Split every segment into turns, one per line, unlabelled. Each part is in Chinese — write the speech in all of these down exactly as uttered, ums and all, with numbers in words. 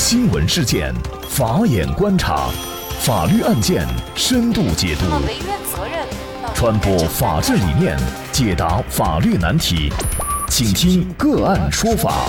新闻事件，法眼观察，法律案件深度解读，传播法治理念，解答法律难题，请听个案说法。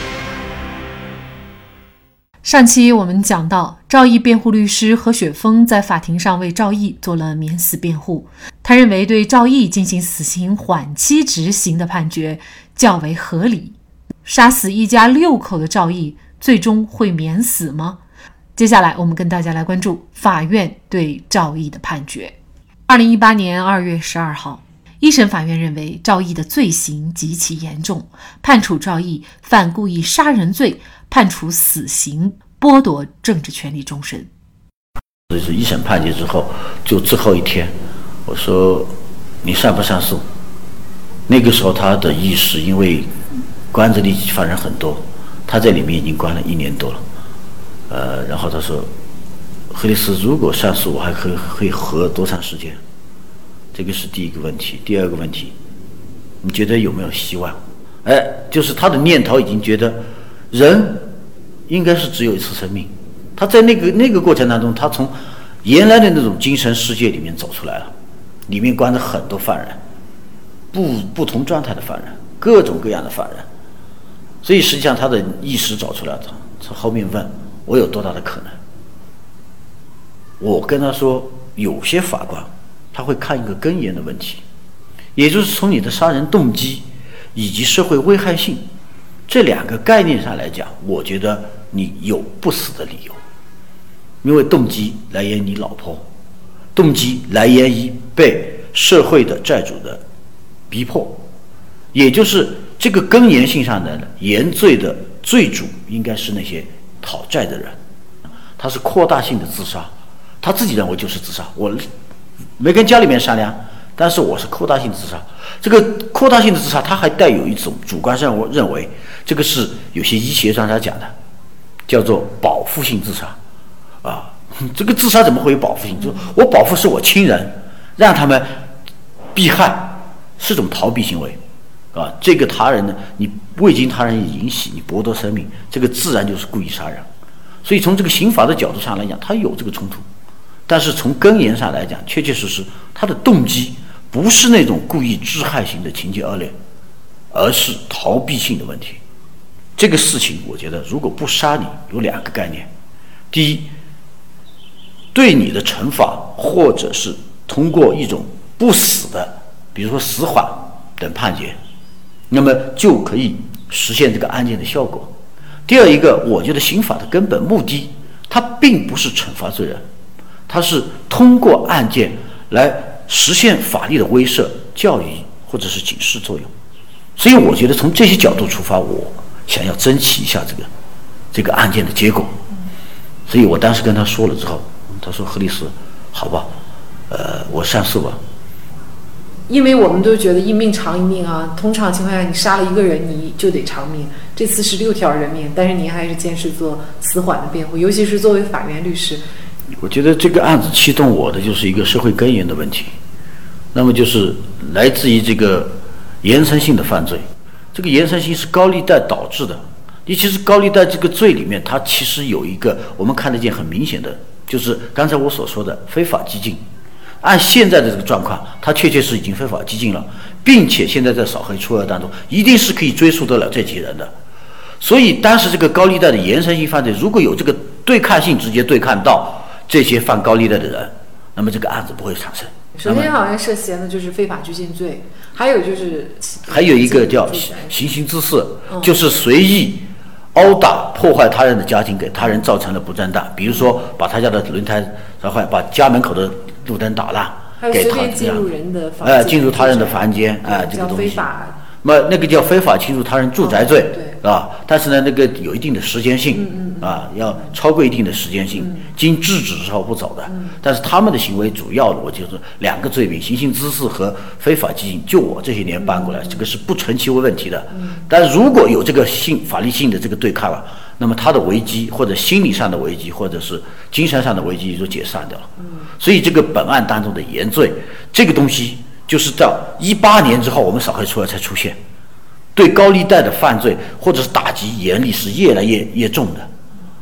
上期我们讲到，赵毅辩护律师何雪峰在法庭上为赵毅做了免死辩护。他认为对赵毅进行死刑缓期执行的判决较为合理。杀死一家六口的赵毅最终会免死吗？接下来我们跟大家来关注法院对赵毅的判决。二零一八年二月十二号，一审法院认为赵毅的罪行极其严重，判处赵毅犯故意杀人罪，判处死刑，剥夺政治权利终身。
这是一审判决之后，就最后一天，我说你上不上诉？那个时候他的意识因为关着利己犯人很多，他在里面已经关了一年多了。呃，然后他说，赫里斯如果上诉，我还可以可以活多长时间？这个是第一个问题。第二个问题，你觉得有没有希望？哎，就是他的念头已经觉得人应该是只有一次生命。他在那个那个过程当中，他从原来的那种精神世界里面走出来了，里面关着很多犯人，不不同状态的犯人，各种各样的犯人。所以实际上他的意识找出来了，他后面问我有多大的可能？我跟他说，有些法官他会看一个根源的问题，也就是从你的杀人动机以及社会危害性这两个概念上来讲，我觉得你有不死的理由。因为动机来源于你老婆，动机来源于被社会的债主的逼迫，也就是这个根源性上的原罪的罪主应该是那些讨债的人。他是扩大性的自杀，他自己认为就是自杀，我没跟家里面商量，但是我是扩大性自杀。这个扩大性的自杀，他还带有一种主观上我认为，这个是有些医学专家讲的，叫做保护性自杀啊。这个自杀怎么会有保护性？就是我保护是我亲人，让他们避害，是种逃避行为啊。这个他人呢，你未经他人允许，你剥夺生命，这个自然就是故意杀人。所以从这个刑法的角度上来讲，它有这个冲突，但是从根源上来讲，确确实实他的动机不是那种故意致害型的情节恶劣，而是逃避性的问题。这个事情我觉得如果不杀你，有两个概念。第一，对你的惩罚或者是通过一种不死的，比如说死缓等判决，那么就可以实现这个案件的效果。第二一个，我觉得刑法的根本目的，它并不是惩罚罪人，它是通过案件来实现法律的威慑、教育或者是警示作用。所以我觉得从这些角度出发，我想要争取一下这个这个案件的结果。所以我当时跟他说了之后，他说：“何律师，好吧，呃，我上诉吧。”
因为我们都觉得一命偿一命啊，通常情况下你杀了一个人你就得偿命，这次是六条人命，但是您还是坚持做死缓的辩护，尤其是作为法院律师。
我觉得这个案子启动我的就是一个社会根源的问题，那么就是来自于这个延伸性的犯罪，这个延伸性是高利贷导致的。尤其是高利贷这个罪里面，它其实有一个我们看得见很明显的，就是刚才我所说的非法激进。按现在的这个状况，它确确是已经非法激进了，并且现在在扫黑除恶当中，一定是可以追溯得了这些人的。所以当时这个高利贷的延伸性犯罪，如果有这个对抗性，直接对抗到这些犯高利贷的人，那么这个案子不会产生。
首先好像涉嫌的就是非法拘禁罪，还有就是
还有一个叫行刑滋事，就是随意殴打破坏他人的家庭，给他人造成了不正当，比如说把他家的轮胎砸坏，把家门口的路灯打烂，
还有随便进入人的房间，
哎，进入他人的房间，哎，这个东西，那么那个叫非法侵入他人住宅罪，
哦、
啊，但是呢，那个有一定的时间性，嗯嗯啊，要超过一定的时间性，嗯、经制止之后不走的。嗯、但是他们的行为主要的，我就是两个罪名：行刑滋事和非法激进。就我这些年办过来，嗯、这个是不成其为问题的。嗯、但如果有这个性法律性的这个对抗了，那么他的危机或者心理上的危机，或者是精神上的危机就解散掉了。嗯、所以这个本案当中的原罪，这个东西就是到一八年之后，我们扫黑除恶才出现。对高利贷的犯罪或者是打击严厉是越来越越重的，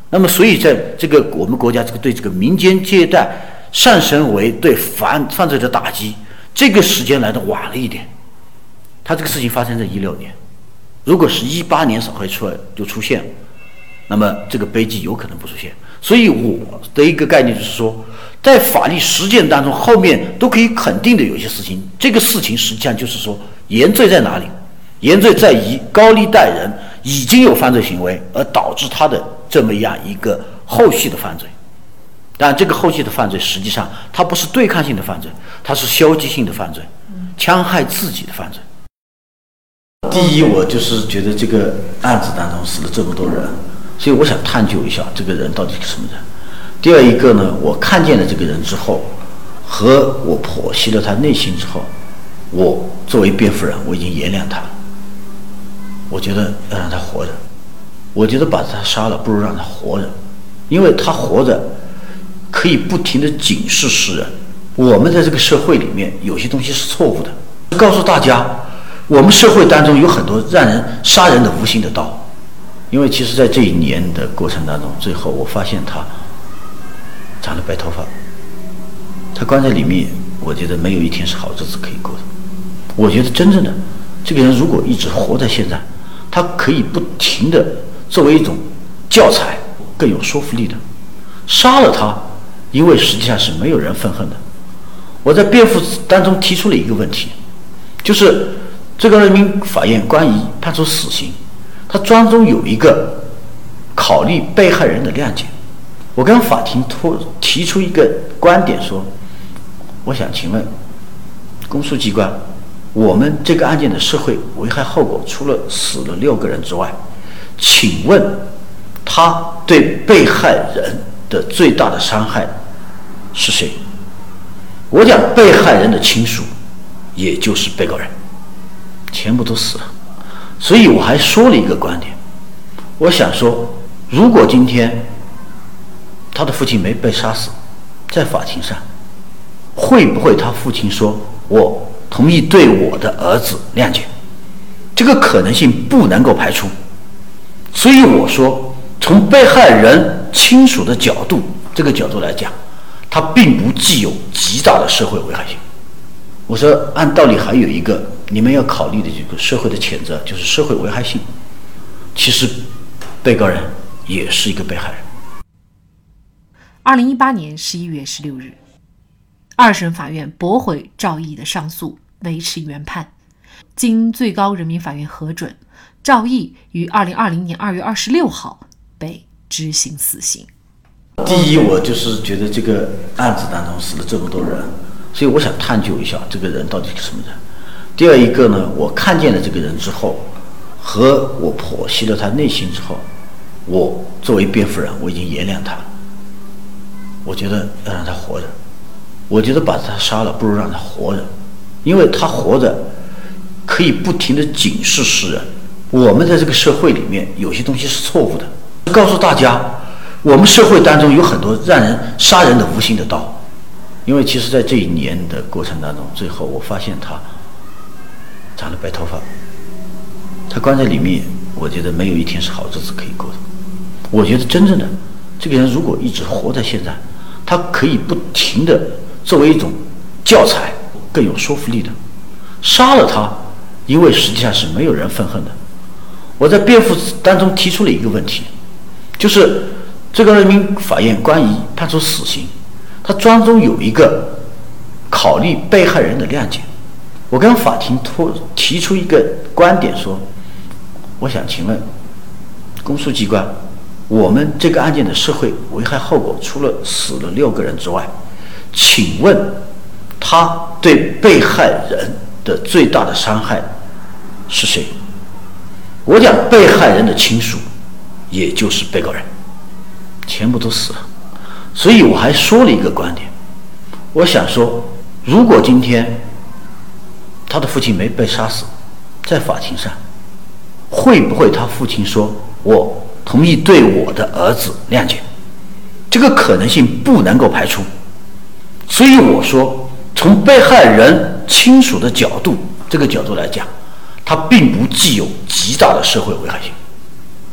那么，所以在这个我们国家这个对这个民间借贷上升为对犯犯罪的打击，这个时间来的晚了一点。他这个事情发生在一六年，如果是一八年才会出来就出现，那么这个悲剧有可能不出现。所以我的一个概念就是说，在法律实践当中，后面都可以肯定的有一些事情，这个事情实际上就是说，原罪在哪里？原罪在于高利贷人已经有犯罪行为，而导致他的这么样一个后续的犯罪。但这个后续的犯罪实际上它不是对抗性的犯罪，它是消极性的犯罪，戕害自己的犯罪。第一，我就是觉得这个案子当中死了这么多人，所以我想探究一下这个人到底是什么人。第二一个呢，我看见了这个人之后，和我剖析了他内心之后，我作为辩护人，我已经原谅他了。我觉得要让他活着，我觉得把他杀了不如让他活着，因为他活着可以不停地警示世人，我们在这个社会里面有些东西是错误的，告诉大家我们社会当中有很多让人杀人的无形的刀。因为其实在这一年的过程当中，最后我发现他长了白头发，他关在里面，我觉得没有一天是好日子可以过的。我觉得真正的这个人如果一直活在现在，他可以不停地作为一种教材，更有说服力的。杀了他，因为实际上是没有人愤恨的。我在辩护当中提出了一个问题，就是最高人民法院关于判处死刑，它当中有一个考虑被害人的谅解。我跟法庭提出一个观点说，我想请问公诉机关，我们这个案件的社会危害后果除了死了六个人之外，请问他对被害人的最大的伤害是谁？我讲被害人的亲属，也就是被告人，全部都死了。所以我还说了一个观点，我想说，如果今天他的父亲没被杀死，在法庭上会不会他父亲说我同意对我的儿子谅解？这个可能性不能够排除。所以我说，从被害人亲属的角度，这个角度来讲，它并不具有极大的社会危害性。我说按道理还有一个你们要考虑的这个社会的谴责，就是社会危害性。其实被告人也是一个被害人。
二零一八年十一月十六日，二审法院驳回赵毅的上诉，维持原判。经最高人民法院核准，赵毅于二零二零年二月二十六号被执行死刑。
第一，我就是觉得这个案子当中死了这么多人，所以我想探究一下这个人到底是什么人。第二一个呢，我看见了这个人之后，和我剖析了他内心之后，我作为辩护人，我已经原谅他了。我觉得要让他活着，我觉得把他杀了不如让他活着，因为他活着可以不停地警示世人，我们在这个社会里面有些东西是错误的，告诉大家我们社会当中有很多让人杀人的无形的刀。因为其实在这一年的过程当中，最后我发现他长了白头发，他关在里面，我觉得没有一天是好日子可以过的。我觉得真正的这个人如果一直活在现在，他可以不停地作为一种教材，更有说服力的。杀了他，因为实际上是没有人愤恨的。我在辩护当中提出了一个问题，就是最高人民法院关于判处死刑，它当中有一个考虑被害人的谅解。我跟法庭提出一个观点说，我想请问公诉机关，我们这个案件的社会危害后果除了死了六个人之外，请问他对被害人的最大的伤害是谁？我讲被害人的亲属，也就是被告人，全部都死了。所以我还说了一个观点，我想说，如果今天他的父亲没被杀死，在法庭上会不会他父亲说我同意对我的儿子谅解？这个可能性不能够排除。所以我说，从被害人亲属的角度，这个角度来讲，它并不具有极大的社会危害性。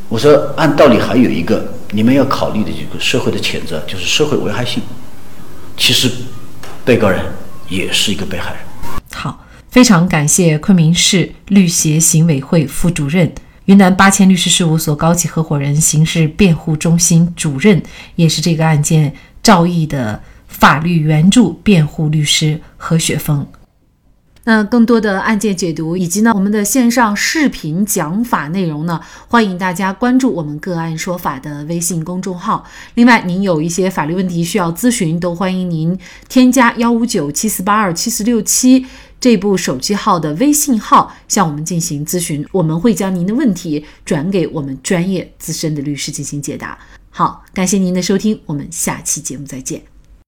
我说按道理还有一个你们要考虑的这个社会的谴责，就是社会危害性。其实被告人也是一个被害人。
好，非常感谢昆明市律协行委会副主任、云南八千律师事务所高级合伙人、刑事辩护中心主任，也是这个案件赵毅的法律援助辩护律师何雪峰。那更多的案件解读以及呢我们的线上视频讲法内容呢，欢迎大家关注我们个案说法的微信公众号。另外您有一些法律问题需要咨询，都欢迎您添加一五九七四八二七四六七这部手机号的微信号向我们进行咨询，我们会将您的问题转给我们专业资深的律师进行解答。好，感谢您的收听，我们下期节目再见。